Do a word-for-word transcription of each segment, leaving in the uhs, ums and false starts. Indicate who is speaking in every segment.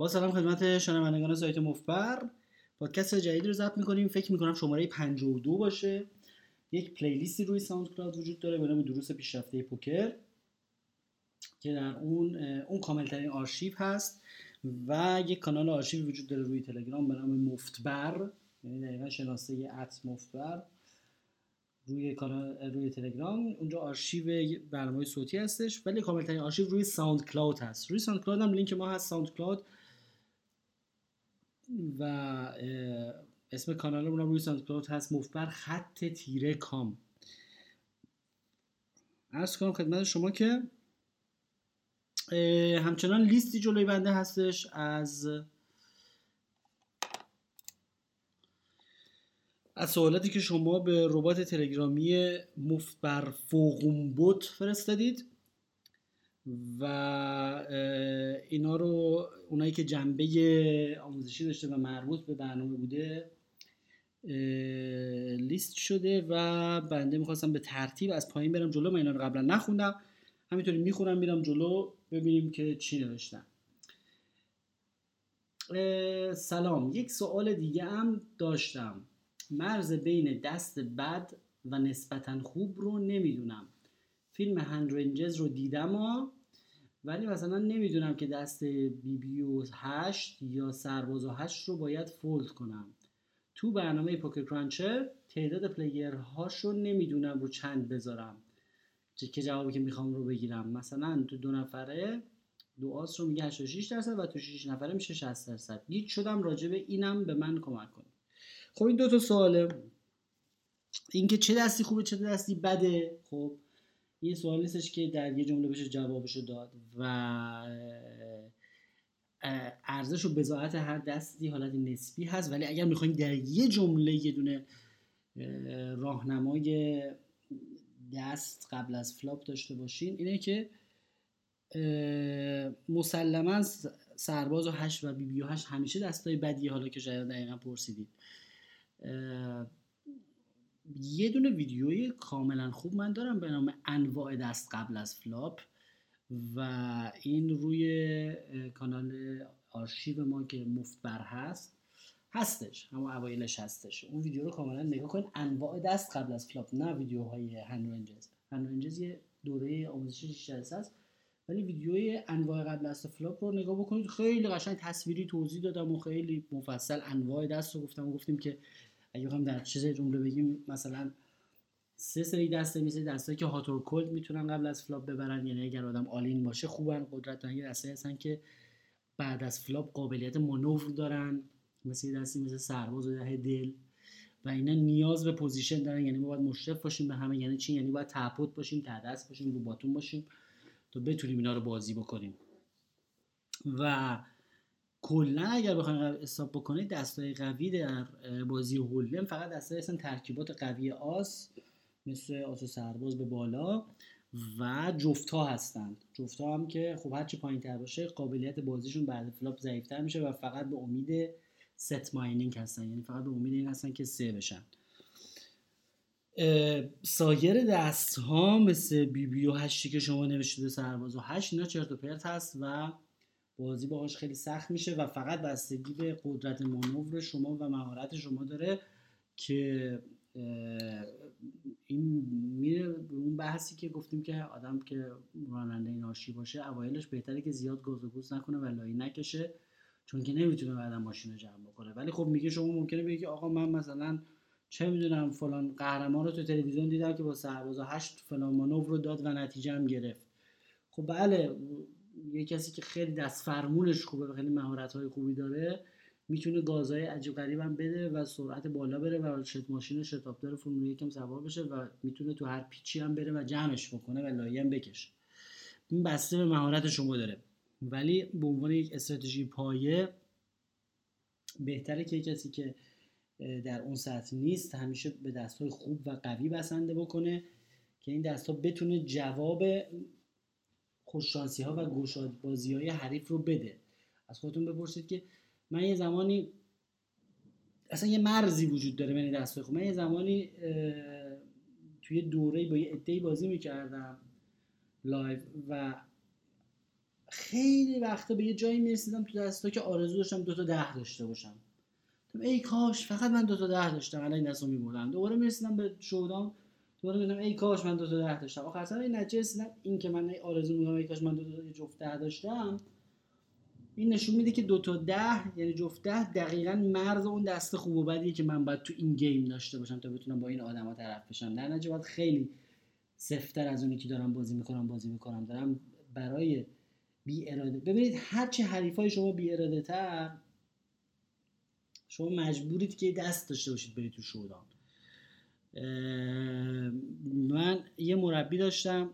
Speaker 1: با سلام خدمت شنوندگان سایت مفبر. پادکست جدید رو ضبط می‌کنیم. فکر می‌کنم شماره پنجاه و دو باشه. یک پلیلیستی روی ساوند کلاود وجود داره به نام دروس پیشرفته پوکر که در اون اون کامل‌ترین آرشیو هست و یک کانال آرشیو وجود داره روی تلگرام به نام مفتبر، یعنی دقیقاً شناسه ات مفتبر روی کانال روی تلگرام. اونجا آرشیو برنامه‌های صوتی هستش، ولی کامل‌ترین آرشیو روی ساوند کلاود هست. روی ساوند کلاود هم لینک ما هست، ساوند کلاود، و اسم کانالمون هم روی ساوند کلاود هست، مفبر خط تیره کام. عرض کنم خدمت شما که همچنان لیستی جلوی بنده هستش از از سوالاتی که شما به ربات تلگرامی مفبر فوقومبوت فرستادید و اینا رو اونایی که جنبه آموزشی داشته و مربوط به برنامه بوده لیست شده و بنده میخواستم به ترتیب از پایین برم جلو. من اینا رو قبلا نخوندم، همینطوری میخونم میرم جلو ببینیم که چی نوشتم. سلام، یک سوال دیگه هم داشتم. مرز بین دست بد و نسبتا خوب رو نمیدونم. فیلم هند رنجز رو دیدم ها، ولی مثلا نمیدونم که دست بی بی و هشت یا سرباز و هشت رو باید فولد کنم. تو برنامه پوکر کرانچر تعداد پلیر هاشو نمیدونم رو چند بذارم که جوابی که میخوام رو بگیرم. مثلا تو دو نفره دو آس رو میگه هشتاد و شش درصد و تو شش نفره میشه شصت درصد. گیج شدم راجع به اینم به من کمک کنید. خب این دو تا سواله، این که چه دستی خوبه چه دستی بده. خب این سوال نیستش که در یه جمله بشه جوابشو داد و ارزش و بضاعت هر دستی حالت نسبی هست، ولی اگر میخوایم در یه جمله یه دونه راهنمای دست قبل از فلاپ داشته باشین اینه که مسلما سرباز و هشت و بی بی و هشت همیشه دستای بدیه. حالا که شاید دقیقا پرسیدید، یه دونه ویدیوی کاملا خوب من دارم به نام انواع دست قبل از فلاپ و این روی کانال آرشیو ما که مفتبر هست هستش، همون اوایلش هستش. اون ویدیو رو کاملا نگاه کنید، انواع دست قبل از فلاپ، نه ویدیوهای هند رنجز. هند رنجز یه دوره آموزشی شش جلسه است، ولی ویدیوی انواع قبل از فلاپ رو نگاه بکنید. خیلی قشنگ تصویری توضیح دادم و خیلی مفصل انواع دست رو گفتم و گفتیم که اگه بخوایم در چیز جمله بگیم مثلا سه سری دسته مثل دستایی که هات اور کولد میتونن قبل از فلاپ ببرن، یعنی اگر آدم آلین باشه خوبن، قدرت دارن. یه دستایی هستن که بعد از فلاپ قابلیت مانور دارن، مثل دستی مثل سرباز و ده دل، و اینا نیاز به پوزیشن دارن، یعنی ما باید مشرف باشیم به همه. یعنی چی؟ یعنی باید تپوت باشیم، ته دست باشیم، رو باتون باشیم تا بتونیم اینا رو بازی بکنیم. و کلا اگر بخواید حساب بکنید دستای قوی در بازی هولدم فقط دستایی هستن ترکیبات قوی آس مثل آس و سرباز به بالا و جفت‌ها هستند. جفت‌ها هم که خب هرچی پایین‌تر باشه قابلیت بازیشون بعد فلاپ ضعیف‌تر میشه و فقط به امید ست ماینینگ هستن، یعنی فقط به امید این هستن که سه بشن. سایر دست ها مثل بی بی و هشتی که شما نوشتید سرباز و هشت، اینا چرت و پرت هست و بازی باهاش خیلی سخت میشه و فقط بستگی به قدرت مانور شما و مهارت شما داره که این میره به اون بحثی که گفتیم که آدم که راننده این آرشیو باشه اوایلش بهتره که زیاد گاز و گوز نکنه و لایی نکشه، چون که نمیتونه بعدا ماشین رو جمع بکنه. ولی خب میگه شما ممکنه بگی آقا من مثلا چه میدونم فلان قهرمان رو تو تلویزیون دیدم که با سرباز هشت فلان مانور رو داد و نتیجه هم گرفت. خب بله، یه کسی که خیلی دست فرمونش خوبه و خیلی مهارت‌های خوبی داره میتونه گازهای عجیب غریب هم بده و سرعت بالا بره و شت ماشین شتابدار فرمول یک هم سوار بشه و میتونه تو هر پیچی هم بره و جمعش بکنه و لایه هم بکشه. این بسته به مهارت شما داره، ولی به عنوان یک استراتژی پایه بهتره که کسی که در اون سطح نیست همیشه به دست‌های خوب و قوی بسنده بکنه که این دست‌ها بتونه جواب خوششانسی ها و گشاد بازی های حریف رو بده. از خودتون بپرسید که من یه زمانی اصلا یه مرزی وجود داره بین دستای خوب. من یه زمانی توی دوره‌ای با یه عده‌ای بازی میکردم لایو و خیلی وقتا به یه جایی میرسیدم تو دستا که آرزو داشتم دو تا ده داشته باشم. ای کاش فقط من دو تا ده داشتم الان این دستو میبردم. دوباره میرسیدم به شودام، دوباره میگم ای کاش من دو تا ده داشتم. آخر سر این نتیجه رسیدم این که من آرزو میکنم ای کاش من دو تا جفت ده داشتم، این نشون میده که دو تا ده یعنی جفت ده دقیقاً مرز اون دسته خوب و بدیه که من باید تو این گیم داشته باشم تا بتونم با این آدما طرف بشم. در نتیجه باید خیلی سفت‌تر از اونی که دارم بازی میکنم بازی میکنم. دارم برای بی اراده، ببینید هر چه حریفای شما بی اراده تر، شما مجبورید که دست داشته باشید برید تو شودان. من یه مربی داشتم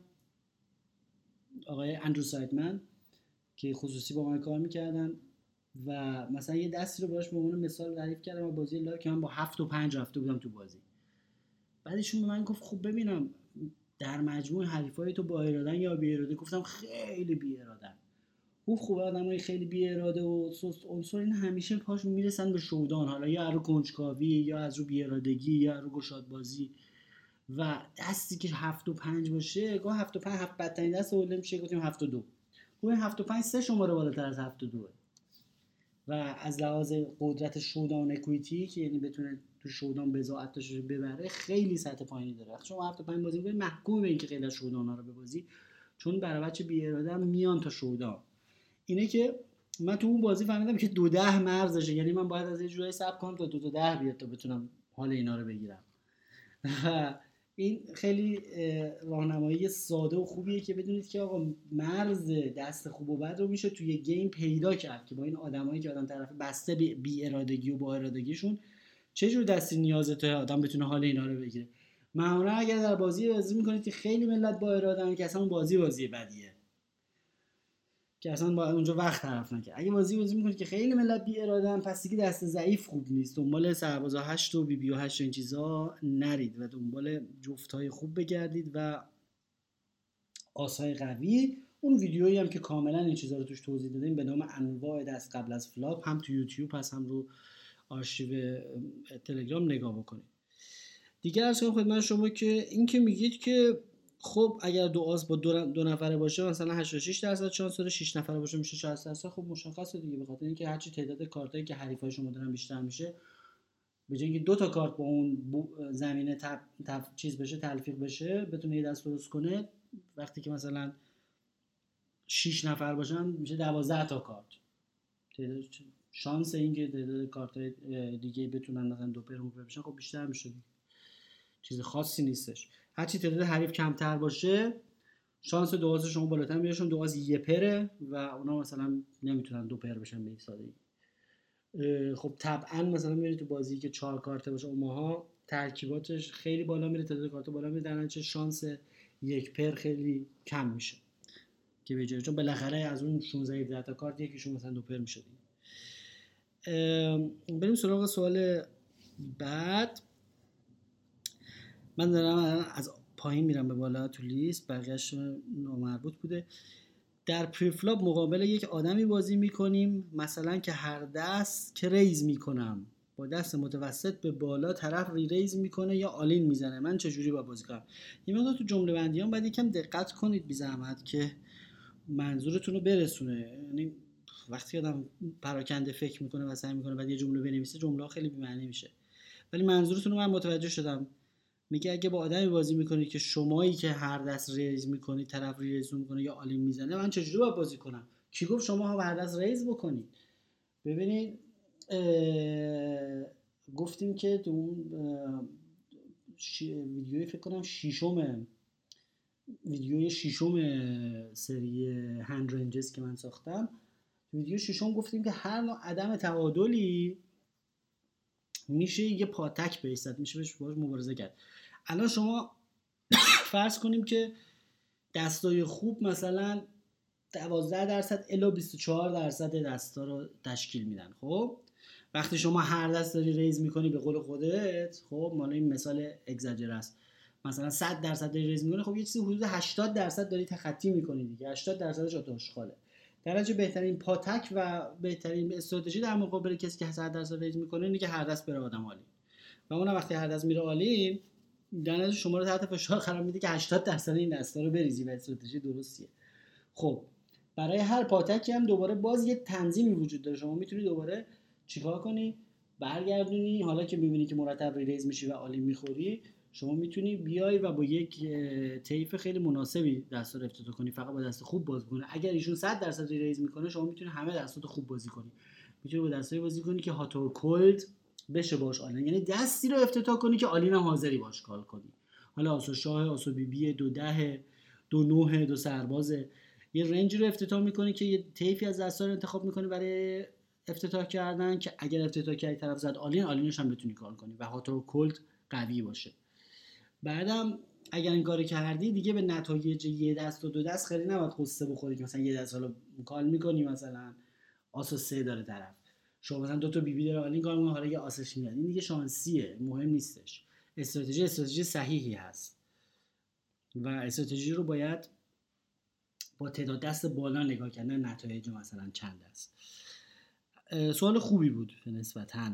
Speaker 1: آقای اندرو سایدمن که خصوصی با من کار میکردن و مثلا یه دستی رو باش به عنوان مثال تعریف کردم و بازی لا که من با هفت و پنج رفته بودم تو بازی. بعدشون به من گفت خب ببینم در مجموع حریفای تو با ارادن یا بی اراده؟ گفتم خیلی بی ارادن. خوب خوب آدمای خیلی بی اراده و سست عنصر این همیشه پاش میرسن به شودان، حالا یا از رو کنجکاوی یا از رو بی ارادگی یا از رو گشاد بازی. و دستی که هفت و پنج باشه، گاه هفت و پنج هفت بدترین دست اول میشه، گفتیم هفت و دو. گفتیم هفت و پنج سه شماره بالاتر از هفت و دوه و از لحاظ قدرت شودان اکویتی که یعنی بتونه تو شودان بضاعتش رو ببره خیلی سطح پایینی داره. وقتی شما هفت و پنج بازی می‌کنید محکوم به اینکه خیلی از شودان‌ها رو ببازی، چون برای بچه بی اراده هم میان تا شودان. اینه که من تو اون بازی فهمیدم که دو ده مرزشه، یعنی من باید از یه جورایی صبر کنم تا دو تا ده بیاد تا بتونم حال اینا رو بگیرم. این خیلی راهنمایی ساده و خوبیه که بدونید که آقا مرز دست خوب و بد رو میشه توی گیم پیدا کرد که با این آدمایی که آدم طرف بسته بی ارادگی و با ارادگیشون چه جور دستی نیازه تا آدم بتونه حال اینا رو بگیره. معمولا اگر در بازی بازی میکنید که خیلی ملت با اراده‌ان که اصلا بازی بازی بدیه که اصلا با اونجا وقت طرف نکرد. اگه بازی بازی میکنید که خیلی ملت بی اراده‌ان پس دیگه دست ضعیف خوب نیست. دنبال سربازا هشت و بی بی و هشت و این چیزا نرید و دنبال جفت‌های خوب بگردید و آسای قوی. اون ویدیویی هم که کاملا این چیزا رو توش توضیح دادیم به نام انواع دست قبل از فلاپ هم تو یوتیوب هست هم رو آرشیو تلگرام نگاه بکنید. دیگه عرض کنم خدمت شما که این که میگید که خب اگر دو آس با دو, دو نفره باشه مثلا هشتاد و شش درصد شانس داره، شش نفره باشه میشه شصت درصد. خب مشخصه دیگه، به خاطر اینکه هرچی تعداد کارتایی که حریفای شما دارن بیشتر میشه، به جای اینکه دو تا کارت با اون زمینه تف... تف... چیز بشه تلفیق بشه بتونه یه دست درست کنه، وقتی که مثلا شش نفر باشن میشه دوازده تا کارت. تعداد شانس اینکه تعداد کارتای دیگه بتونن مثلا دو پر موو بشن خب بیشتر میشه. چیز خاصی نیستش. هرچی تعداد حریف کمتر باشه شانس دو آس شما بالاتر میره، چون دو آس یه پره و اونا مثلا نمیتونن دو پر بشن به این سادگی. خب طبعا مثلا میرید تو بازی که چهار کارته باشه اونها ترکیباتش خیلی بالا میره، تعداد کارت بالا میره، در نتیجه شانس یک پر خیلی کم میشه که به جای، چون بالاخره از اون شانزده هفده تا کارت یکیشون مثلا دو پر میشه. بریم سراغ سوال بعد. من دارم از پایین میرم به بالا تو لیست، بقیه‌اش نامربوط بوده. در پریفلاپ مقابل یک آدمی بازی میکنیم مثلا که هر دست که ریز میکنم با دست متوسط به بالا طرف ری ریز میکنه یا آلین میزنه، من چجوری با بازی کنم؟ یه مقدار تو جمله بندیام باید یکم دقت کنید بی زحمت که منظورتون رو برسونه. یعنی وقتی آدم پراکنده فکر میکنه و سعی میکنه بعد یه جمله بنویسه جمله ها خیلی بی معنی میشه. ولی منظورتون رو من متوجه شدم. میگه اگه با آدمی بازی میکنید که شمایی که هر دست ریز میکنید طرف ریز میکنه یا آلین میزنه، من چجوری باید بازی کنم؟ کی گفت شما ها هر دست ریز بکنید؟ ببینید گفتیم که تو اون ویدیوی فکر کنم ششم ویدیوی ششم سری هند رنجز که من ساختم، ویدیو ششم گفتیم که هر نوع عدم تعادلی میشه یه پاتک بیستد، میشه بهش باهاش مبارزه کرد. الان شما فرض کنیم که دستای خوب مثلا دوازده درصد الی بیست و چهار درصد دستا رو تشکیل میدن. خب وقتی شما هر دست داری ریز میکنی به قول خودت، خب مالا این مثال اگزاجر است، مثلا صد درصد داری ریز میکنی، خب یه چیزی حدود هشتاد درصد داری تخطی میکنی دیگه، هشتاد درصدش آتوشخاله. در نتیجه بهترین پاتک و بهترین استراتژی در مقابل کسی که صد درصد ریز میکنه اینه که هر دست بره آدم عالی. و اون وقتی هر دست میره عالی، در نتیجه شما رو تحت فشار قرار میده که هشتاد درصد این دستا رو بریزی و استراتژی درستیه. خب برای هر پاتکی هم دوباره باز یه تنظیمی وجود داره. شما میتونی دوباره چیکار کنی؟ برگردونی. حالا که میبینی که مرتب ریلیز میشی و عالی میخوری، شما میتونی بیای و با یک طیف خیلی مناسبی دستا رو افتتاح کنی، فقط با دست خوب بازی کنی. اگر ایشون صد درصد ریلیز میکنه، شما میتونی همه دستات خوب بازی کنی. میتونی با دستایی بازی کنی که هات و کولد بشه باش آلین، یعنی دستی رو افتتاح کنی که آلین هم حاضری باش کال کنی. حالا آسو شاه، آسو بی بی، دو ده، دو نه، دو سربازه. یه رنج رو افتتاح میکنی که یه طیفی از دستا رو انتخاب میکنی برای افتتاح کردن، که اگر افتتاح کردی طرف زد آلین، آلینش هم بتونی کار کنی و هات و کولد قوی باشه. بعدم اگر این کارو کردی دیگه به نتایج یه دست و دو دست خیلی نباید قصه بخوری که مثلا یه دست حالا کال میکنی، مثلا آسو سه داره طرف، شما مثلا دو تا بی بی داره آلین کار میکنه، حالا یه آسش میاد، این دیگه شانسیه، مهم نیستش. استراتژی استراتژی صحیحی هست و استراتژی رو باید با تعداد دست بالا نگاه کردن، نتایج مثلا چند است. سوال خوبی بود به نسبتاً.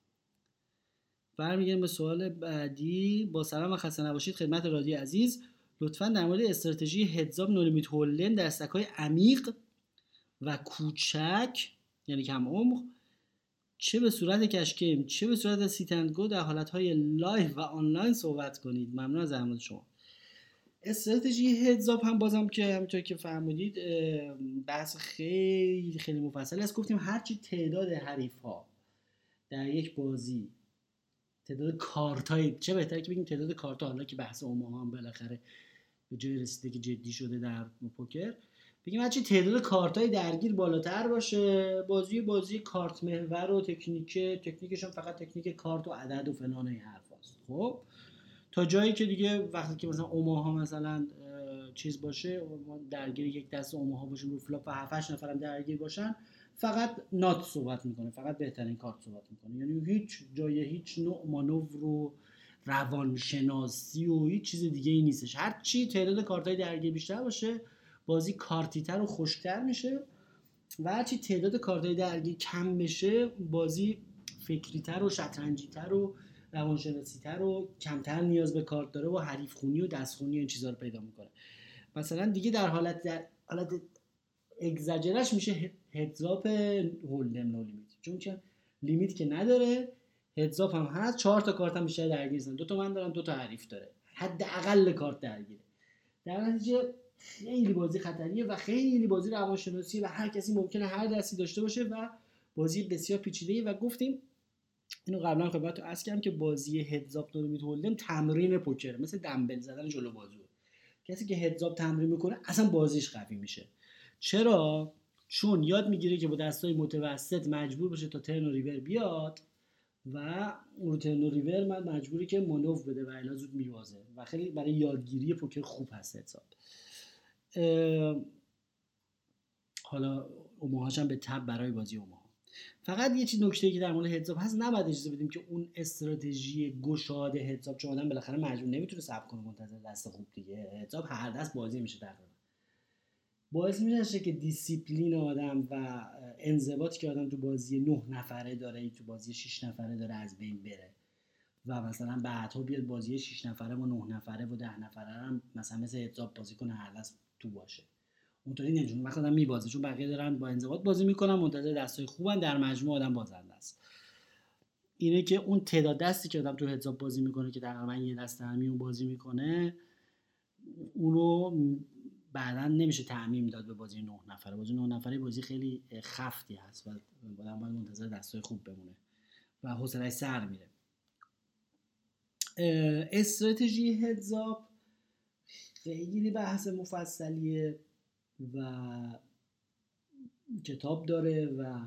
Speaker 1: برمیگردیم به سوال بعدی. با سلام و خسته نباشید خدمت رادی عزیز. لطفاً در مورد استراتژی هدزاب نو لیمیت هولدم در استک‌های عمیق و کوچک یعنی کم عمق، چه به صورت کشگیم چه به صورت سیت اند گو در حالتهای لایو و آنلاین صحبت کنید. ممنون از زحمت شما. استراتژی هدزاب هم بازم که همونطور که فرمودید بحث خیلی خیلی مفصلی است. گفتیم هرچی تعداد حریف ها در یک بازی، تعداد کارتای، چه بهتره که بگیم تعداد کارتا، حالا که بحث اوماها هم بالاخره به جای رسیده که جدی شده در پوکر، بگیم هرچی تعداد کارتای درگیر بالاتر باشه، بازی بازی کارت محور و تکنیک تکنیکش هم فقط تکنیک کارت و عدد و فلان و این حرفاست. خب تا جایی که دیگه وقتی که مثلا اوماها مثلا چیز باشه، درگیر یک دست اوماها باشیم رو فلاپ و هفت هشت نفرم درگیر باشن، فقط نات صحبت میکنه، فقط بهترین کارت صحبت میکنه، یعنی هیچ جای هیچ نوع مانور و روانشناسی و هیچ چیز دیگه ای نیستش. هر چی تعداد کارتای درگیر بیشتر باشه، بازی کارتی‌تر و خشک‌تر میشه و هر چی تعداد کارتای درگیر کم بشه، بازی فکری‌تر و شطرنجی‌تر و روانشناسی‌تر و کمتر نیاز به کارت داره و حریف خونی و دست خونی و این چیزا رو پیدا میکنه. مثلا دیگه در حالت در حالت اگزاجرش میشه هدزاپ هولدم نو لیمیت، چون که لیمیت که نداره، هدزاپ هم هست، چهار تا کارت هم بیشتر درگیر نیستن، دو تا من دارم، دو تا حریف داره، حداقل کارت درگیره. در نتیجه خیلی بازی خطریه و خیلی بازی روانشناسی و هر کسی ممکنه هر دستی داشته باشه و بازی بسیار پیچیده‌ای. و گفتیم اینو قبلا خدمتتون عرض کردم که بازی هدزاپ نو لیمیت هولدم تمرین پوکر، مثل دمبل زدن جلو بازو. کسی که هدزاپ تمرین میکنه اصلا بازیش قوی میشه. چرا؟ چون یاد میگیره که با دستای متوسط مجبور بشه تا ترن و ریور بیاد و اون ترن و ریور من مجبوری که مانور بده و الا زود میوازه و خیلی برای یادگیری پوکر خوب هست هدزاپ. حالا اوماهاش هم به تب برای بازی اوماها. فقط یه چیز نکته‌ای که در مورد هدزاپ هست، نباید اجازه بدیم که اون استراتژی گشاد هدزاپ، چون آدم بالاخره مجبور نمیتونه صبر کنه منتظر دست خوب دیگه. هدزاپ هر دست بازی میشه تقریبا، باعث میشه که دیسیپلین آدم و انضباطی که آدم تو بازی نه نفره داره تو بازی شش نفره داره از بین بره و مثلا بعدها بیاد بازی شش نفره و نه نفره و ده نفره هم مثلا مثل هدزاپ بازی کنه هر دست تو باشه. اونطوری نمیشه. وقتی آدم میبازه چون بقیه دارن با انضباط بازی میکنن، منتظر دستای خوبن، در مجموع آدم بازنده است. اینه که اون تعداد دستی که آدم تو هدزاپ بازی میکنه که تقریبا یه دست همیون بازی میکنه، اونو بعدا نمیشه تعمیم داد به بازی نه نفره. بازی نه نفره بازی خیلی خفتی هست و آدم باید منتظر دستای خوب بمونه و حوصله‌اش سر میره. استراتژی هدزاپ خیلی بحث مفصلیه و کتاب داره و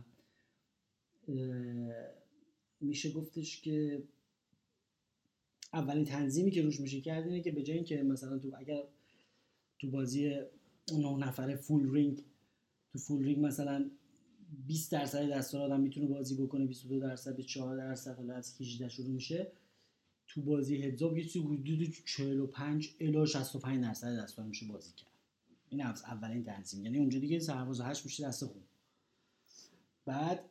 Speaker 1: میشه گفتش که اولین تنظیمی که روش میشه کرد اینه که به جای اینکه مثلا تو اگر تو بازی نه نفره فول رینگ، تو فول رینگ مثلا بیست درصد دستا آدم میتونه بازی بکنه، بیست و دو درصد، بیست و چهار درصد، حالا از هجده شروع میشه، تو بازی هدزاپ یه چیزی حدود چهل و پنج الی شصت و پنج درصد دستا میشه بازی کرد. این از اولین تنظیم، یعنی اونجا دیگه سرباز هشت میشه دست خوب. بعد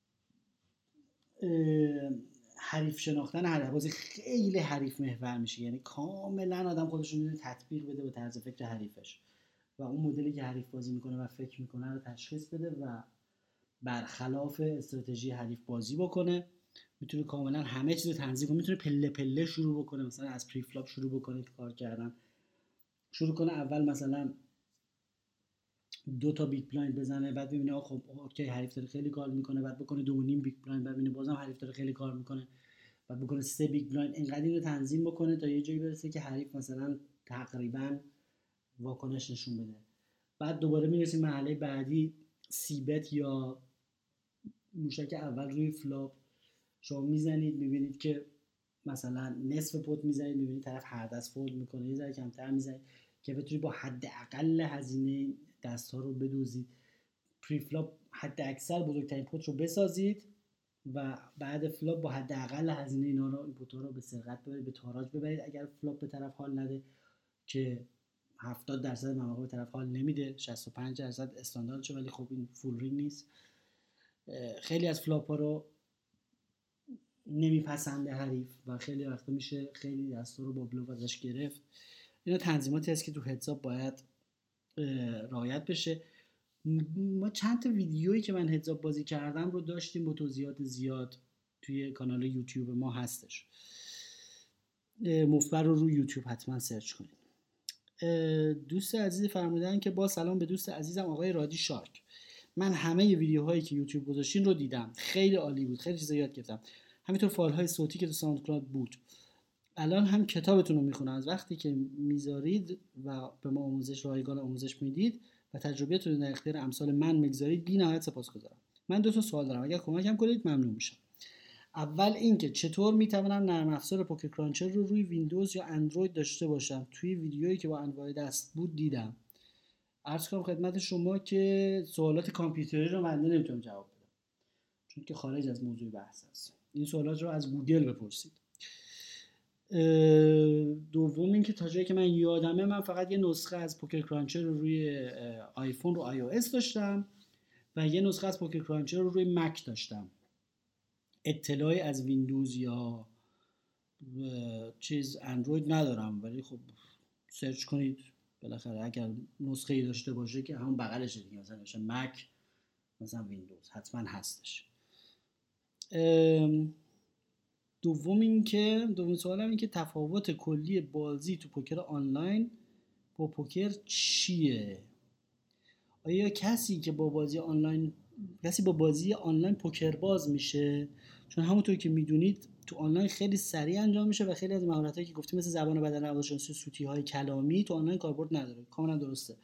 Speaker 1: حریف شناختن هر بازی خیلی حریف محور میشه، یعنی کاملا آدم خودش رو میتونه تطبیق بده به طرز فکر حریفش و اون مدلی که حریف بازی میکنه و فکر میکنه رو تشخیص بده و برخلاف استراتژی حریف بازی بکنه. میتونه کاملا همه چیز رو تنظیم کنه، میتونه پله پله شروع بکنه، مثلا از پری فلاپ شروع بکنه کار کردن، شروع کنه اول مثلا دو تا بیگ بلایند بزنه، بعد ببینه آخه خب اوکی حریف داره خیلی کار میکنه، بعد بکنه دو و نیم بیگ بلایند، بعد ببینه بازم حریف داره خیلی کار میکنه، بعد بکنه سه بیگ بلایند. اینقدر اینو تنظیم بکنه تا یه جایی برسه که حریف مثلا تقریبا واکنش نشون بده. بعد دوباره میرسیم مرحله بعدی، سی بت یا موشک اول روی فلاپ. شما میزنید میبینید که مثلا نصف پوت میزنید، میبینید طرف هر دست فولد میکنه، یه ذره کمتر میزنید که بتونید با حداقل هزینه دست ها رو بدوزید. پری فلاپ حد اکثر بزرگترین پوت رو بسازید و بعد فلاپ با حداقل هزینه اینا رو این پوت رو به سرقت ببرید، به تاراج ببرید اگر فلاپ به طرف حال نده، که هفتاد درصد مواقع به طرف حال نمیده، شصت و پنج درصد استانداردشه، ولی خب این فول رینگ نیست. خیلی از فلاپ ها رو نمیپسنده حریف و خیلی وقتا میشه خیلی دستا رو با بلوف ازش گرفت. اینا تنظیماتی هست که تو هدزاب باید رعایت بشه. ما چند تا ویدیویی که من هدزاب بازی کردم رو داشتیم با توضیحات زیاد توی کانال یوتیوب ما هستش، مفبر رو روی یوتیوب حتما سرچ کنید. دوست عزیز فرمودن که با سلام به دوست عزیزم آقای رادی شارک، من همه ویدیوهایی که یوتیوب گذاشتین رو دیدم، خیلی عالی بود، خیلی چیزا یاد گرفتم، همینطور فایل های صوتی که تو ساوند کلاود بود. الان هم کتابتون رو میخونم، از وقتی که میذارید و به ما آموزش رایگان آموزش میدید و تجربیاتتون در اختیار امثال من میگذارید بی‌نهایت سپاسگزارم. من دو تا سوال دارم، اگر کمکم کنید ممنون میشم. اول اینکه چطور میتونم نرم افزار پوکر کرانچر رو روی ویندوز یا اندروید داشته باشم؟ توی ویدیویی که با انواع دست بود دیدم. عرض کنم خدمت شما که سوالات کامپیوتری رو من نمیتونم جواب بدم چون که خارج از موضوع بحث است. این سوالات رو از گوگل بپرسید. دوم اینکه تا جایی که من یادمه من فقط یه نسخه از پوکر کرانچر رو روی آیفون رو آی او اس داشتم و یه نسخه از پوکر کرانچر رو روی مک داشتم. اطلاعی از ویندوز یا چیز اندروید ندارم، ولی خب سرچ کنید بالاخره اگر نسخه ای داشته باشه که همون بغلشه دیگه، مثلا باشه مک مثلا ویندوز حتما هستش. دوم اینکه دوم سوالم این که تفاوت کلی بازی تو پوکر آنلاین با پوکر چیه؟ آیا کسی که با بازی آنلاین کسی با بازی آنلاین پوکر باز میشه؟ چون همونطور که میدونید تو آنلاین خیلی سریع انجام میشه و خیلی از مهارتایی که گفتیم مثل زبان بدن، روانشناسی، سوتی های کلامی تو آنلاین کاربرد نداره. کاملا درسته.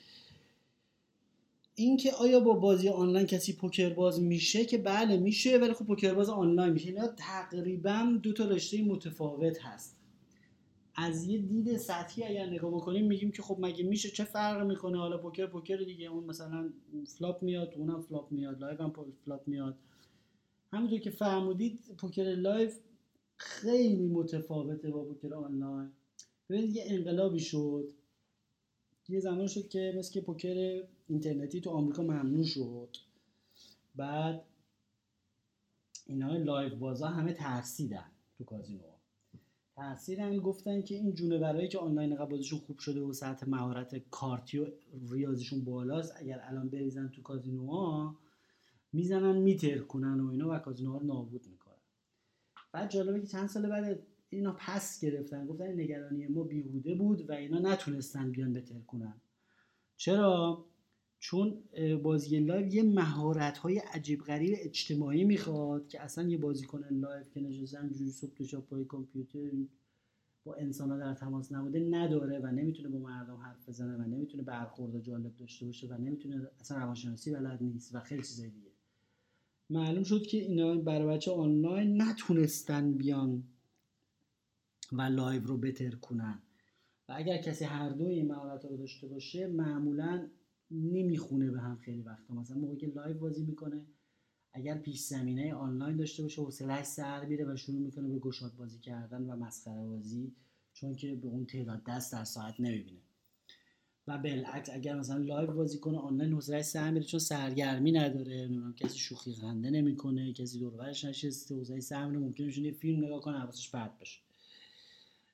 Speaker 1: اینکه آیا با بازی آنلاین کسی پوکر باز میشه، که بله میشه، ولی خب پوکر باز آنلاین میشه. اینا تقریبا دو تا رشته متفاوت هست. از یه دید سطحی اگر نگاه بکنیم میگیم که خب مگه میشه، چه فرق میکنه، حالا پوکر پوکر دیگه، اون مثلا فلاپ میاد اونم فلاپ میاد، لایو هم فلاپ میاد. همونطور که فرمودید پوکر لایو خیلی متفاوته با پوکر آنلاین. ببینید یه انقلابی شد، یه زمان شد که مثل که پوکر اینترنتی تو آمریکا ممنوع شد، بعد اینا لایو بازا همه ترسیدن تو کازینو، ترسیدن گفتن که این جونورایی که آنلاین قبازشون خوب شده و سطح مهارت کارتی و ریاضیشون بالاست، اگر الان بریزن تو کازینوها میزنن میترکونن و اینا و کازینوها رو نابود میکنن. بعد جالبه که چند سال بعد اینا پس گرفتن، گفتن نگرانی ما بیهوده بود و اینا نتونستن بیان بترکونن. چرا؟ چون بازی لایو یه مهارت‌های عجیب غریب اجتماعی میخواد که اصلا یه بازیکن لایو که نشستن جوری صبح تو شب پای کامپیوتر با انسان‌ها در تماس نبوده نداره و نمیتونه با مردم حرف بزنه و نمیتونه برخورد جالب داشته باشه و نمیتونه اصلا روانشناسی بلد نیست و خیلی چیزای دیگه. معلوم شد که اینا برای بچه آنلاین نتونستن بیان و لایو رو بترکونن و اگر کسی هر دو این مهارت‌ها رو داشته باشه معمولاً نمیخونه به هم. خیلی وقتا مثلا موقعی که لایو بازی میکنه اگر پیش زمینه آنلاین داشته باشه حوصله‌اش سر میره و شروع میکنه به گشاد بازی کردن و مسخره بازی، چون که به اون تعداد دست در ساعت نمیبینه. و بالعکس اگر مثلا لایو بازی کنه آنلاین حوصله‌اش سر میره چون سرگرمی نداره، نمیدونم کسی شوخی خنده نمیکنه، کسی دور و برش نشسته، حوصله‌اش سر میره، ممکنه بشینه فیلم نگاه کنه حواسش پرت بشه.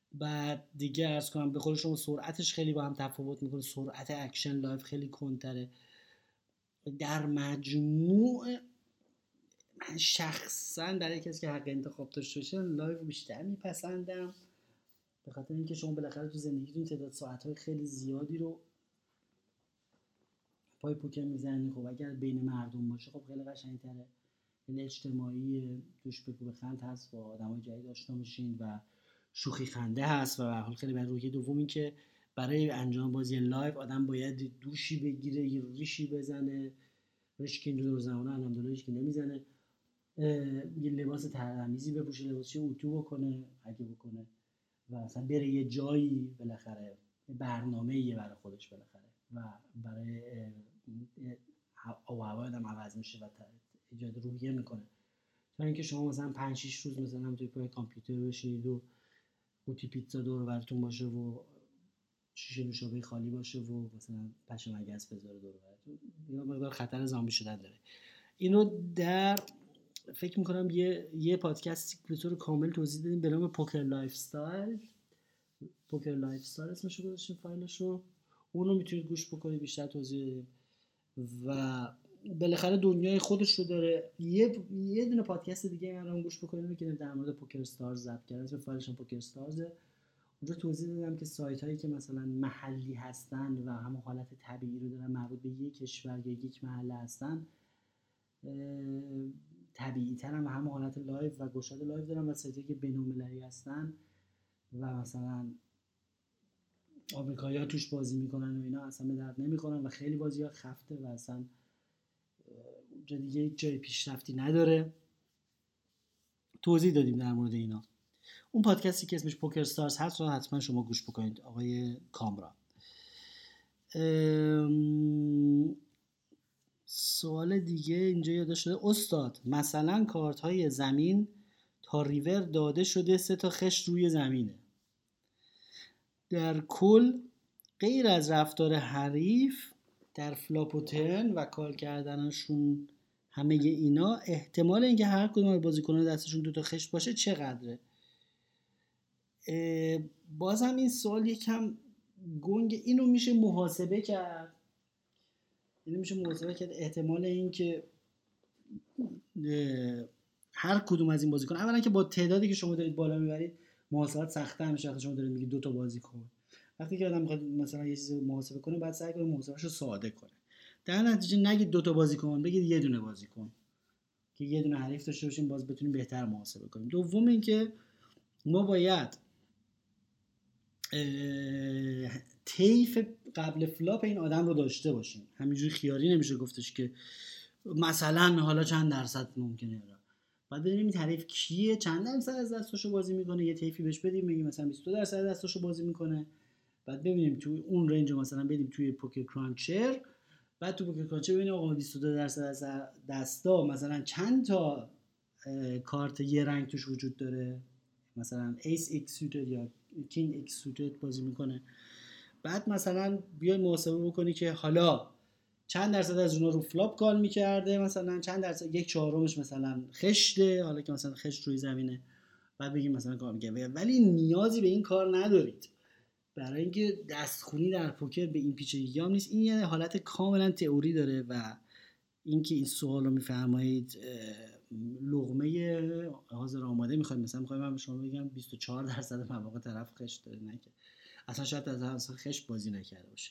Speaker 1: بعد دیگه عرض کنم به خود شما سرعتش خیلی با هم تفاوت میکنه، سرعت اکشن لایف خیلی کنتره. در مجموع من شخصا برای کسی که حق انتخاب داشته باشه لایو بیشتر میپسندم، به خاطر اینکه شما بالاخره تو زندگیتون تعداد ساعت‌های خیلی زیادی رو پای پوکر میزنی. خب اگر بین مردم باشه خب خیلی قشنگ‌تره، خیلی اجتماعی، توش بگو بخند هست، با آدمای جدید آشنا میشین و شوخی خنده هست و به هر حال خیلی برای روحیه. دوم این که برای انجام بازی لایو آدم باید دوشی بگیره، یه ریشی بزنه، ریش که دور زمانه الحمدلله هیچ کی نمیزنه، یه لباس تمیزی بپوشه، لباسش اتو بکنه اگه بکنه و اصلا بره یه جایی، بالاخره برنامه‌ایه برای خودش بالاخره و برای آب و هوا آدم عوض میشه و ایجاد روحیه میکنه. تا اینکه شما مثلا پنج شش روز مثلا توی پای کامپیوتر بشینید و قوطی پیتزا دور براتون باشه و شیشه نوشابه خالی باشه و مثلا پشه مگس بذاره دور براتون، یا مقدار خطر زامبی شدن داره. اینو در فکر میکنم یه یه پادکستی به طور کامل توضیح دادیم به نام پوکر لایف استایل. پوکر لایف استایل اسمش رو گذاشتیم فایلشو، اونو میتونید گوش بکنید، بیشتر توضیح دادیم و بالاخره دنیای خودش رو داره. یه یه دونه پادکست دیگه من رو گوش بکنید که در مورد پوکر استارز ضبط کردم، اسم فایلش هم پوکر استارزه. اونجا توضیح دادم که سایت هایی که مثلا محلی هستن و همون حالت طبیعی رو دارن، مربوط به یک کشور یا یک محله هستن، طبیعی تر هم و همون حالت لایو و گشاد لایو دارن و سایتی که بین‌المللی هستن و مثلا آمریکایی‌ها توش بازی میکنن و اینا اصلا به درد نمیخورن و خیلی بازی‌ها خفته و اصلا اونجا دیگه هیچ جای پیشرفتی نداره. توضیح دادیم در مورد اینا. اون پادکستی که اسمش پوکر استارز هست رو حتما شما گوش بکنید، آقای کامران. ام... سوال دیگه اینجا یادش شده، استاد مثلا کارت های زمین تا ریور داده شده، سه تا خشت روی زمینه، در کل غیر از رفتار حریف در فلاپ و ترن و کار کردنشون همه اینا، احتمال اینکه هر کدوم از بازیکنان دستشون دو تا خشت باشه چقدره؟ باز هم این سوال یکم گنگ، اینو میشه محاسبه کرد، اینو میشه محاسبه کرد احتمال اینکه هر کدوم از این بازیکن، اولا که با تعدادی که شما دارید بالا میبرید محاسبات سخت‌تر میشه وقتی شما دارید میگید دو تا بازیکن. وقتی که آدم میخواد مثلا یه چیزی محاسبه کنه بعد سعی کنه محاسبه‌اش رو ساده کنه، در نتیجه نگید دو تا بازیکن، بگید یه دونه بازیکن که یه دونه حریف داشته باشیم باز بتونیم بهتر محاسبه کنیم. دوم اینکه ما باید طیف قبل فلاپ این آدم رو داشته باشیم، همینجوری خیاری نمیشه گفتش که مثلا حالا چند درصد ممکنه، بعد ببینیم این طریف کیه، چند درصد از دستاشو بازی میکنه، یه طیفی بهش بدیم بگیم مثلا بیست و دو درصد دستاشو بازی میکنه، بعد ببینیم توی اون رنج مثلا بدیم توی پوکر کرانچر، بعد تو پوکر کرانچر ببینیم آقا بیست و دو درصد از دستا مثلا چند تا کارت یه رنگ توش وجود داره، مثلا ایس ایکس سوتد یا کینگ ایکس سوتد بازی میکنه، بعد مثلا بیای محاسبه بکنی که حالا چند درصد از اونها رو فلاپ کال میکرده، مثلا چند درصد، یک چهارمش مثلا خشته، حالا که مثلا خشت روی زمینه، بعد بگیم مثلا کار میکنه. ولی نیازی به این کار ندارید، برای اینکه دستخونی در پوکر به این پیچیدگی هم نیست، این یه حالت کاملا تئوری داره و اینکه این سوال رو میفرمایید لقمه حاضر آماده میخواید، مثلا میخواید من به شما بگم بیست و چهار درصد مواقع طرف خشت داره، نه که اصلا شاید از اصلا خشت بازی نکرده باشه.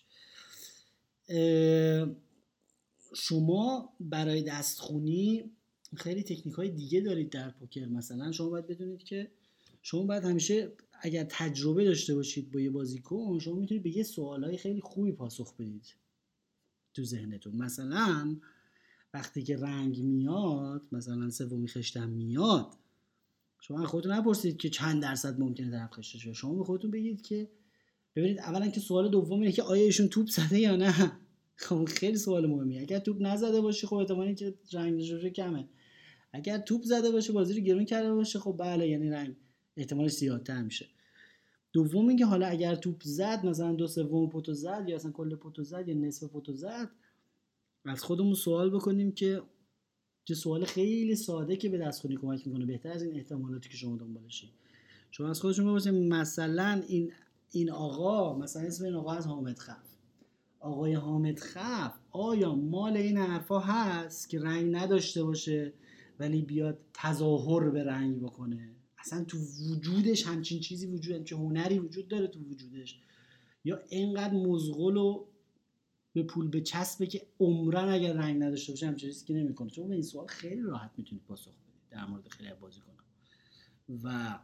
Speaker 1: شما برای دستخونی خیلی تکنیک های دیگه دارید در پوکر. مثلا شما باید بدونید که شما باید همیشه اگر تجربه داشته باشید با یه بازیکن، شما میتونید به یه سوالای خیلی خوبی پاسخ بدید تو ذهنتون. مثلا وقتی که رنگ میاد، مثلا سومی خشتم میاد، شما خودتون نپرسید که چند درصد ممکنه طرف خشتش باشه، شما به خودتون بگید که ببینید اولا که سوال دوم اینه که آیا ایشون توپ زده یا نه. خب خیلی سوال مهمیه. اگر توپ نزده باشه خب احتمالی که رنگ نشوشه کمه، اگر توپ زده باشه بازی رو گرون کرده باشه خب بله یعنی رنگ احتمالش زیادتر میشه. دوم اینکه حالا اگر توپ زد، مثلا دو سوم پوتو زد یا اصلا کل پوتو زد یا نصف پوتو زد، از خودمون سوال بکنیم که چه سوال خیلی ساده که به دستخونی کمک میکنه، بهتر از این احتمالاتی که شما دنبالشید. شما از خودتون بپرسید مثلا این این آقا، مثلا اسم این آقا از حامد خف، آقای حامد خف آیا مال این حرفا هست که رنگ نداشته باشه ولی بیاد تظاهر به رنگ بکنه؟ اصلا تو وجودش همچین چیزی وجود، همچین هنری وجود داره تو وجودش؟ یا اینقدر مزغل و به پول به چسبه که عمرن اگر رنگ نداشته باشه همچین چیزی که نمیکنه؟ چون به این سوال خیلی راحت میتونید پاسخ بدید در مورد خیلی از بازیکن‌ها. و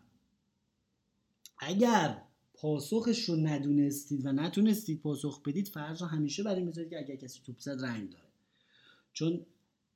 Speaker 1: اگر پاسخش رو ندونستید و نتونستید پاسخ بدید، فرض رو همیشه برای میذارید که اگر کسی توپ زد رنگ داره. چون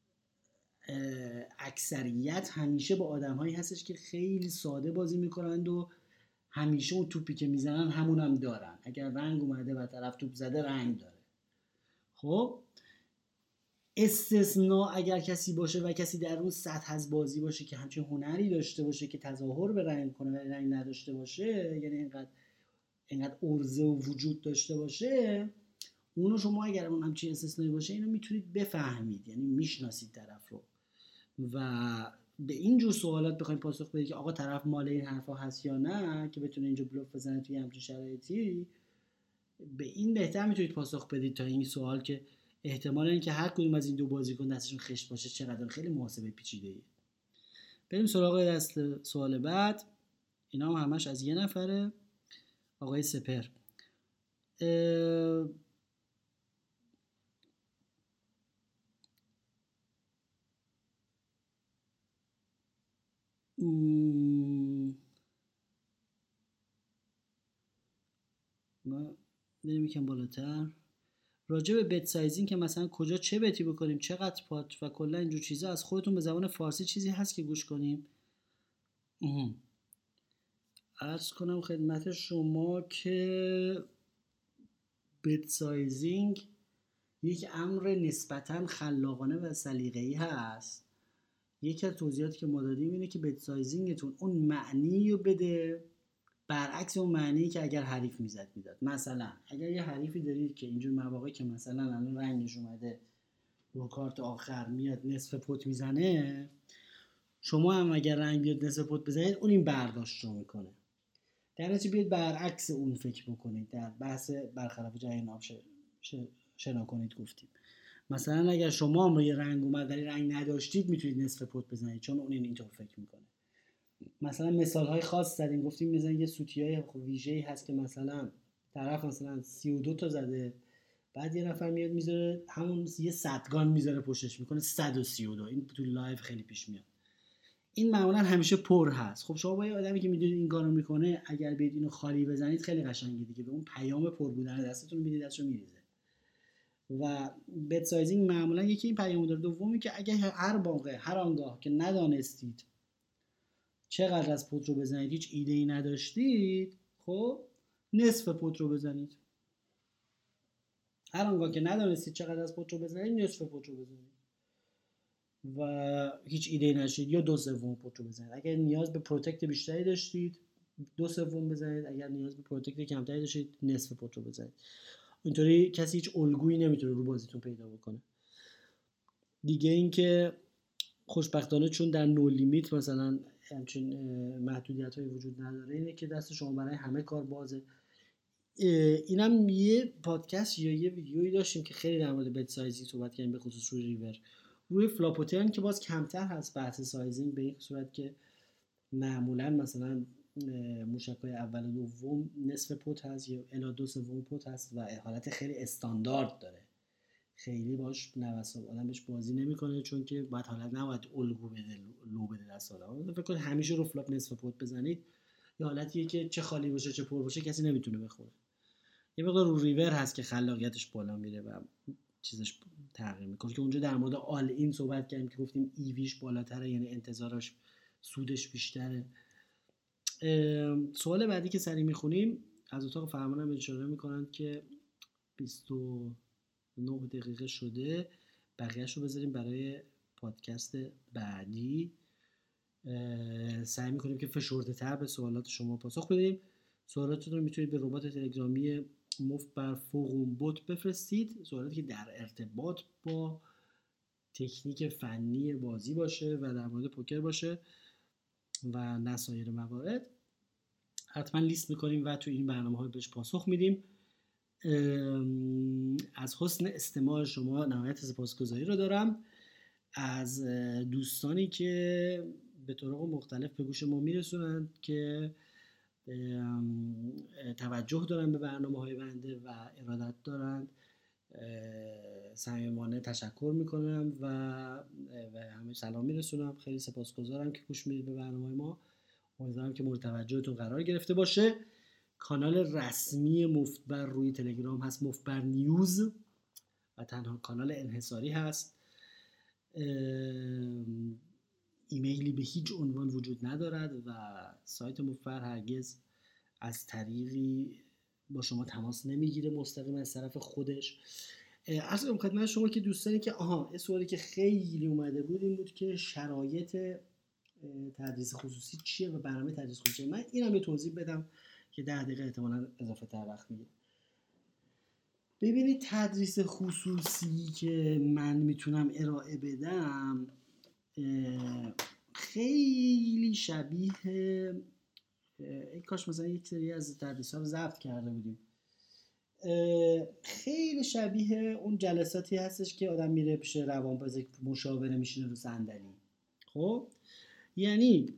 Speaker 1: اکثریت همیشه با آدم‌هایی هستش که خیلی ساده بازی میکنند و همیشه اون توپی که میزنن همون هم دارن. اگر رنگ اومده و طرف توپ زده رنگ داره. خب استثناء اگر کسی باشه و کسی در اون سطح از بازی باشه که همچین هنری داشته باشه که تظاهر به رنگ کنه و رنگ نداشته باشه، یعنی اینقدر اینقدر عرضه و وجود داشته باشه، اونو شما اگر اون همچین استثنایی باشه اینو میتونید بفهمید، یعنی میشناسید طرف رو. و به اینجور سوالات بخواید پاسخ بدید که آقا طرف مال این حرفا هست یا نه، که بتونه اینجا بلوف بزنه توی همچین شرایطی، به این بهتر میتونید پاسخ بدید تا این سوال که احتمال اینکه هر کدوم از این دو بازیکن دستشون خشت باشه چقدر. خیلی محاسبه پیچیده‌ایه. بریم سراغ دست سوال بعد. اینا هم همش از یه نفره، آقای سپر. اه... ما بریم یکم بالاتر. راجع به بت سایزینگ که مثلا کجا چه بتی بکنیم، چقدر پات و کلا اینجور چیزا، از خودتون به زبان فارسی چیزی هست که گوش کنیم؟ عرض کنم خدمت شما که بت سایزینگ یک امر نسبتاً خلاقانه و سلیقه‌ای هست. یکی از توضیحاتی که ما دادیم اینه که بت سایزینگتون اون معنی رو بده برعکس اون معنی که اگر حریف میزد میداد. مثلا اگر یه حریفی دارید که اینجور مواقع که مثلا الان رنگش اومده رو کارت آخر میاد نصف پوت میزنه، شما هم اگر رنگ بیاد نصف پوت بزنید اون این برداشت رو میکنه. در نتیجه بیاید برعکس اون فکر بکنید. در بحث برخلاف جریان آب شنا کنید گفتیم. مثلا اگر شما هم روی رنگ اومد ولی رنگ نداشتید میتونید نصف پوت بزنید چون اون اینطور فکر میکنه. مثلا مثال های خاص زدیم، گفتیم مثلا یه سوتیای ویژه‌ای هست که مثلا طرف مثلا سی و دو تا زده، بعد یه نفر میاد میذاره همون یه صدگان میذاره پشتش میکنه صد و سی و دو. این تو لایو خیلی پیش میاد. این معمولا همیشه پر هست. خب شما با یه آدمی که میدونید این کارو میکنه اگر بیاید اینو خالی بزنید خیلی قشنگه دیگه، به اون پیام پر بودن دستتون میدید دستشو میریزه. و بت سایزینگ معمولا یکی این پیامو داره. دومی که اگر هر موقع هر آنگاه که ندانستید چقدر از پوت رو بزنید، هیچ ایده ای نداشتید، خب نصف پوت رو بزنید. هر آنگاه که ندانستید چقدر از پوت رو بزنید نصف پوت رو بزنید و هیچ ایده ای نداشتید یا دو سوم پوت رو بزنید. اگر نیاز به پروتکت بیشتری داشتید دو سوم بزنید، اگر نیاز به پروتکت کمتری داشتید نصف پوت رو بزنید. اینطوری کسی هیچ الگویی نمیتونه رو بازیتون پیدا بکنه. دیگه اینکه خوشبختانه چون در نو لیمیت مثلا همچین محدودیت‌هایی وجود نداره، اینه که دست شما برای همه کار بازه. اینم یه پادکست یا یه ویدیویی داشتیم که خیلی در مورد بت سایزینگ صحبت کردیم، به خصوص روی ریور. روی فلاپوترن که باز کمتر هست بحث سایزینگ، به این صورت که معمولا مثلا موشک‌های اول و دوم نصف پوت هست یا الی دو سوم پوت هست و حالت خیلی استاندارد داره. خیلی باش نوسان آدم بهش بازی نمیکنه چون که باید حالت نباید الگو بده لو بده دست آدم. فکر کنید همیشه رو فلاپ نصف پوت بزنید یه حالتیه که چه خالی باشه چه پر باشه کسی نمیتونه بخوره. یه مقدار رو ریور هست که خلاقیتش بالا میره و چیزش تغییر میکنه که اونجا در مورد آل این صحبت کردیم که گفتیم ایویش بالاتره، یعنی انتظارش سودش بیشتره. سوال بعدی که سری میخونیم از اتاق فرمانم اشاره میکنند که بیست و نه دقیقه شده، بقیهش رو بذاریم برای پادکست بعدی. سعی میکنیم که فشرده تر به سوالات شما پاسخ بدیم. سوالاتتون رو میتونید به ربات تلگرامی مفت بر فوقون بوت بفرستید، سوالاتی که در ارتباط با تکنیک فنی بازی باشه و در مورد پوکر باشه و نه سایر موارد. حتما لیست میکنیم و تو این برنامه های بهش پاسخ میدیم. از حسن استماع شما نهایت سپاسگزاری رو دارم، از دوستانی که به طرق مختلف به گوش ما میرسونند که توجه دارن به برنامه‌های بنده و ارادت دارند، صمیمانه تشکر میکنم و و همه سلام میرسونم. خیلی سپاسگزارم که گوش میدید به برنامه ما. امیدوارم که مورد توجهتون قرار گرفته باشه. کانال رسمی مفتبر روی تلگرام هست، مفتبر نیوز، و تنها کانال انحصاری هست. ایمیلی به هیچ عنوان وجود ندارد و سایت مفتبر هرگز از طریقی با شما تماس نمیگیره مستقیم از طرف خودش. عرض کنم خدمت شما که دوستانی که آها این سوالی که خیلی اومده بود این بود که شرایط تدریس خصوصی چیه و برنامه تدریس خصوصی. من اینم یه توضیح بدم که ده دقیقه احتمالاً اضافه تر وقت میگیره. ببینید تدریس خصوصی که من میتونم ارائه بدم خیلی شبیه، ای کاش مثلا یک سری از تدریس‌ها رو ضبط کرده بودیم، خیلی شبیه اون جلساتی هستش که آدم میره پیش روانپزشک مشاوره میشینه رو صندلی. خب یعنی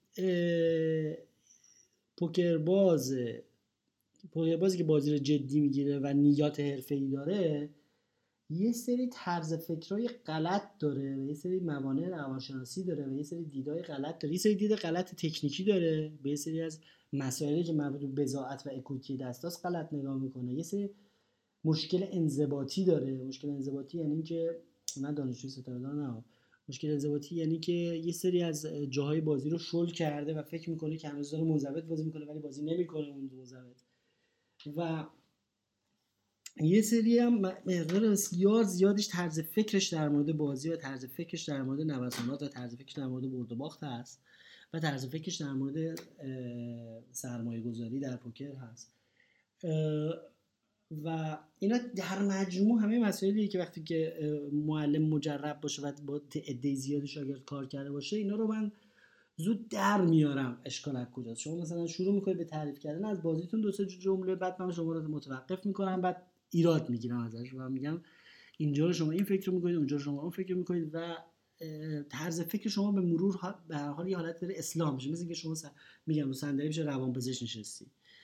Speaker 1: پوکر باز پوکر بازی که بازی رو جدی میگیره و نیات حرفه‌ای داره یه سری طرز فکرای غلط داره و یه سری موانع روانشناسی داره و یه سری دیدای غلط داره، یه سری دید غلط تکنیکی داره، به یه سری از مسائلی که مربوط به بضاعت و اکوتی دستاس غلط نگاه میکنه، یه سری مشکل انضباطی داره. مشکل انضباطی یعنی که من دانشجوی ستاره‌دار نه، مشکل انضباطی یعنی که یه سری از جاهای بازی رو شل کرده و فکر میکنه که هنوز داره منضبط بازی میکنه ولی بازی نمیکنه اون منضبط. و یه سری هم مقدار بسیار زیادش طرز فکرش در مورد بازی و طرز فکرش در مورد نوسانات و طرز فکرش در مورد برد و باخت هست و طرز فکرش در مورد سرمایه گذاری در پوکر هست و اینا در مجموع همه مسائلیه که وقتی که معلم مجرب باشه و با تعداد زیادی شاگرد کار کرده باشه اینا رو من زود در میارم اشکال از کجاست. شما مثلا شروع میکنید به تعریف کردن از بازیتون دو سه جمله، بعد من شما رو متوقف میکنم، بعد ایراد میگیرم ازش و میگم اینجا رو شما این فکر میکنید، اونجا رو شما اون فکر میکنید و طرز فکر شما به مرور به هر حال یه حالت داره اصلاح میشه. مثل اینکه شما میگم رو صندلی پیش روانپزشک نشستی.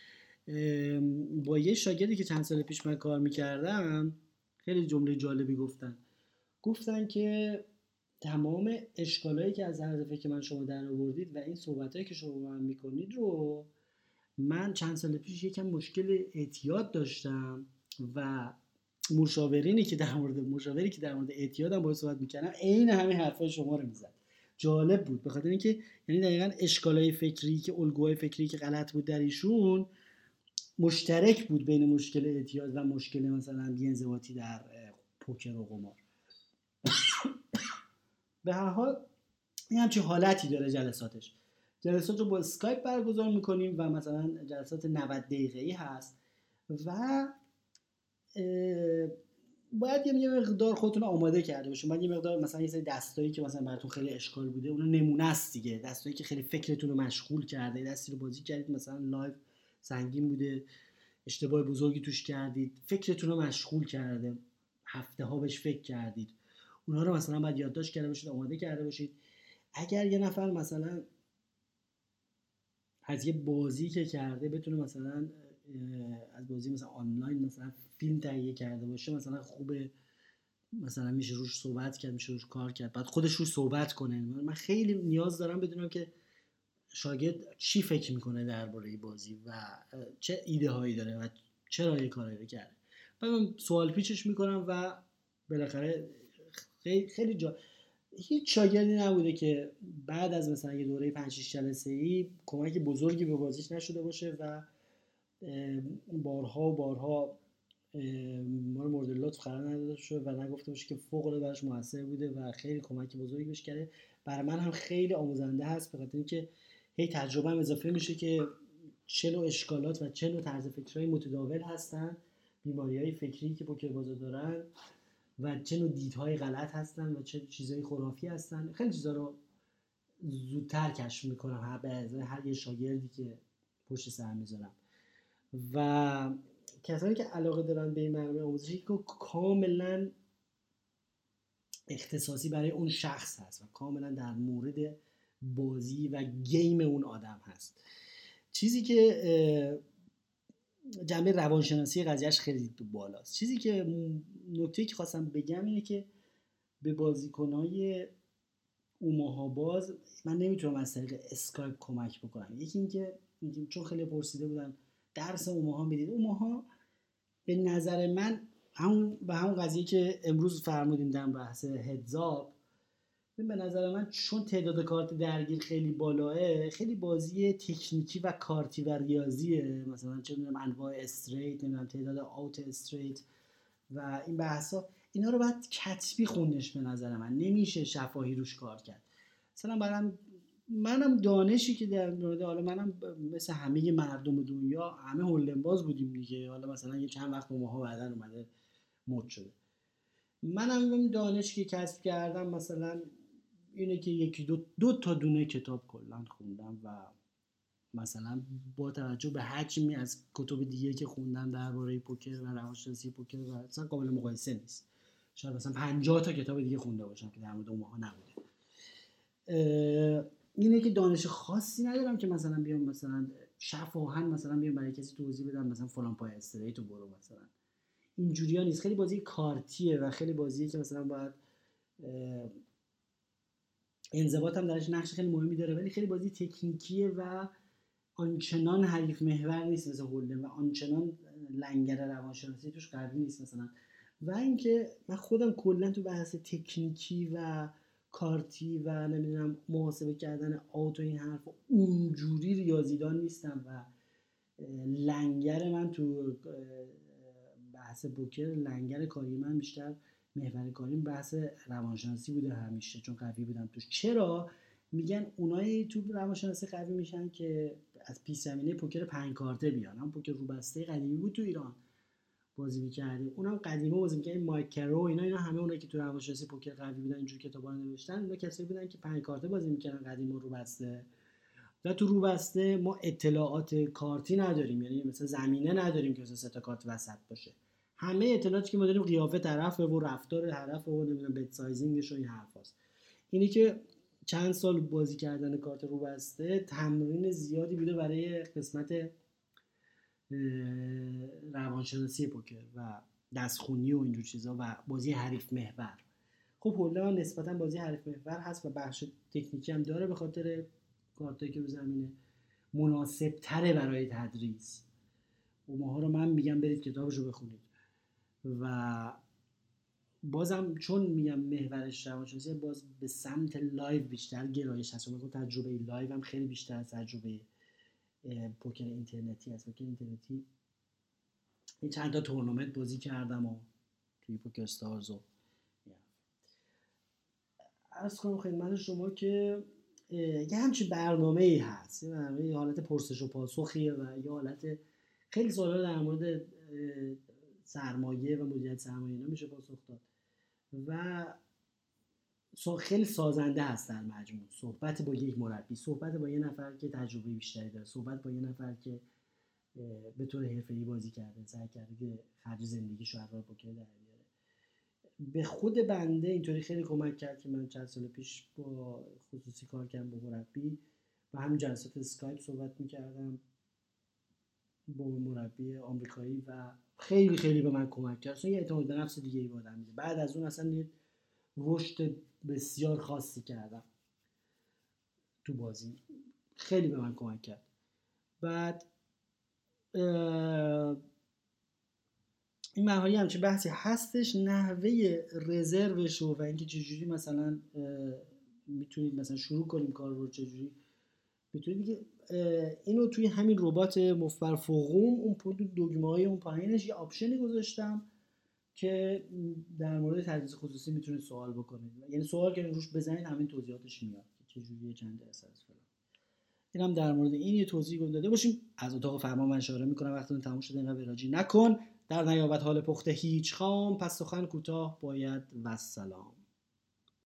Speaker 1: با یه شاگردی که چند سال پیش من کار میکردم خیلی جمله جالبی گفتن گفتن که تمام اشکالایی که از طرز فکر من شما در آوردید و این صحبتایی که شما با من میکنید رو من چند سال پیش یکم مشکل اعتیاد داشتم و مشاورینی که در مورد مشاوری که در مورد اعتیادم باهاش صحبت میکردم عین همین حرفای شما رو میزد. جالب بود به خاطر اینکه یعنی دقیقاً اشکالای فکری که الگوهای فکری که غلط بود در ایشون مشترک بود بین مشکل اعتیاد و مشکل مثلا بی‌انضباطی در پوکر و قمار. به هر حال این همچین حالتی داره جلساتش. جلسات رو با اسکایپ برگزار میکنیم و مثلا جلسات نود دقیقه‌ای هست و باید یه مقدار خودتون آماده کرده باشین. باید یه مقدار مثلا یه سری دستایی که مثلا براتون خیلی اشکال بوده اون نمونه است دیگه، دستایی که خیلی فکرتون رو مشغول کرده، دستی رو بازی کردید مثلا لایو سنگین بوده، اشتباه بزرگی توش کردید، فکرتون رو مشغول کرده، هفته ها بهش فکر کردید، اونها رو مثلا باید یادداشت کرده باشید، آماده کرده باشید. اگر یه نفر مثلا از یه بازی که کرده بتونه مثلا از بازی مثلا آنلاین مثلا فیلم تهیه کرده باشه مثلا خوبه، مثلا میشه روش صحبت کرد، میشه روش کار کرد، بعد خودش روش صحبت کنه. من خیلی نیاز دارم بدونم که شاگرد چی فکر میکنه درباره بازی و چه ایده هایی داره و چرا یه کاری رو کرده. بعد من سوال پیچش میکنم و بالاخره خیلی خیلی جا هیچ شاگردی نبوده که بعد از مثلا یه دوره پنج شش جلسه‌ای کمک بزرگی به بازیش نشده باشه و بارها و بارها ما رو مورد لطف قرار نداده شده و نگفته باشه که فوق العاده براش موثر بوده و خیلی کمک بزرگی بهش کرده. برای من هم خیلی آموزنده هست به خاطر اینکه هی تجربه هم اضافه میشه که چه نوع اشکالات و چه نوع طرز فکرهای متداول هستن، بیماریهای فکری که پوکر بازا دارن و چه نوع دیدهای غلط هستن و چه چیزهای خرافی هستن. خیلی چیزا رو زودتر کشف میکنم هر به هر یه شاگردی که پشت سر میذارم. و کسانی که علاقه دارن به این برنامه آموزشی که کاملا اختصاصی برای اون شخص هست و کاملا در مورد بازی و گیم اون آدم هست. چیزی که جنبه روانشناسی قضیهش خیلی بالاست. چیزی که نکته‌ای که خواستم بگم اینه که به بازیکن‌های اوماها باز من نمیتونم از طریق اسکایپ کمک بکنم. یکی اینکه چون خیلی پرسیده بودن درس اوماها میدید، اوماها به نظر من همون به همون قضیه که امروز فرمودیم در بحث هدزاب، به نظر من چون تعداد کارت درگیر خیلی بالاه، خیلی بازی تکنیکی و کارتی و ریاضیه، مثلا چه میدونم انواع استریت، نمیدونم تعداد آوت استریت و این بحثا، اینا رو باید کتبی خوندش. به نظر من نمیشه شفاهی روش کار کرد. مثلا برام منم دانشی که در مورد، حالا منم مثل همه مردم دنیا همه هولدن باز بودیم دیگه، حالا مثلا یه چند وقت ماها بعدن اومده مد شده، منم این دانش که کسب کردم مثلا اینه که یکی دو, دو تا دونه کتاب کلا خوندم و مثلا با توجه به حجمی از کتب دیگه که خوندم درباره پوکر و روانشناسی پوکر و اصلا قابل مقایسه نیست. شاید مثلا پنجاه تا کتاب دیگه خونده باشم که در مورد اونها نبوده. اینه که دانش خاصی ندارم که مثلا بیام مثلا شفاهن مثلا بیام برای کسی توضیح بدم مثلا فلان پای استریت رو برو مثلا، اینجوریه نیست. خیلی بازی کارتیه و خیلی بازیه که مثلا باید انضباط هم درش نقش خیلی مهمی داره، ولی خیلی بازی تکنیکیه و آنچنان حریف محور نیست مثل هولدن و آنچنان لنگر روانشناسی توش قوی نیست مثلا. و اینکه من خودم کلا تو بحث تکنیکی و کارتی و نمیدونم محاسبه کردن آوت و این حرف اونجوری ریاضیدان نیستم و لنگر من تو بحث پوکر، لنگر کاری من بیشتر محور کاریم بحث روانشناسی بوده همیشه، چون قوی بودم توش. چرا میگن اونایی تو روانشناسی قوی میشن که از پیش زمینه پوکر پنج کارته بیان؟ هم پوکر رو بسته قدیمی بود تو ایران بازی می‌کردیم، اونم قدیمی بازی می‌کردیم، مایک کرو اینا اینا همه اونایی که تو روانشناسی پوکر قوی بودن اینجور کتابا رو نوشتن، اونا کسایی بودن که پنج کارته بازی می‌کردن قدیم رو بسته. و تو رو بسته ما اطلاعات کارتی نداریم، یعنی مثلا زمینه نداریم که مثلا سه تا کارت وسط باشه. همه اطلاعاتی که ما داریم قیافه طرفه و رفتار طرفه و نمیدونم بت سایزینگش و این حرفاست. اینی که چند سال بازی کردن کارت رو بسته تمرین زیادی بوده برای قسمت روانشناسی پوکر و دستخونی و اینجور چیزا و بازی حریف محور. خب هولدن نسبتا بازی حریف محور هست و بخش تکنیکی هم داره به خاطر کارتایی که رو زمینه مناسب تره برای تدریس. اوماها رو من میگم برید کتابش رو بخونید. و بازم چون میگم محورش روانشناسی، باز به سمت لایو بیشتر گرایش هست. من تجربه لایو هم خیلی بیشتر از تجربه پوکر اینترنتی هست. پوکر اینترنتی این چند تا تورنمنت بازی کردم و توی پوکر استارز و عرض کنم خدمت شما که یه همچین برنامه‌ای هست، یه حالت پرسش و پاسخیه و یه حالت خیلی سوالا در مورد سرمایه و مدیریت سرمایه اینا میشه پاسخ داد و خیلی سازنده هست در مجموع. صحبت با یک مربی، صحبت با یه نفر که تجربه بیشتری داره، صحبت با یه نفر که به طور حرفه‌ای بازی کرده، سعی کرده که خرج زندگیشو از راه پوکر در بیاره. به خود بنده اینطوری خیلی کمک کرد که من چند سال پیش با خصوصی کار کردم با مربی و همین جلسات اسکایپ صحبت می‌کردم با مربی آمریکایی و خیلی خیلی به من کمک کرد. اصلا یه اعتماد به نفس دیگه ای به آدم میده. بعد از اون اصلا یه رشد بسیار خاصی کردم تو بازی، خیلی به من کمک کرد. بعد این مهاری همچین بحثی هستش، نحوه رزروش و اینکه چجوری مثلا میتونید مثلا شروع کنیم کار رو، چجوری میتونید دیگه اینو توی همین ربات مفبر فوقوم اون پول دگمه های اون پایینش یه آپشنی گذاشتم که در مورد تدریس خصوصی میتونید سوال بکنید، یعنی سوال که روش بزنید همین توضیحاتش میاد که چجوریه چند درصد است فلان. اینم در مورد این یه توضیح داده باشیم. از اتاق فرمان من اشاره میکنم وقتتون تموم شده اینقدر وراجی نکن، در نیابت حال پخته هیچ خام، پس سخن کوتاه باید و سلام.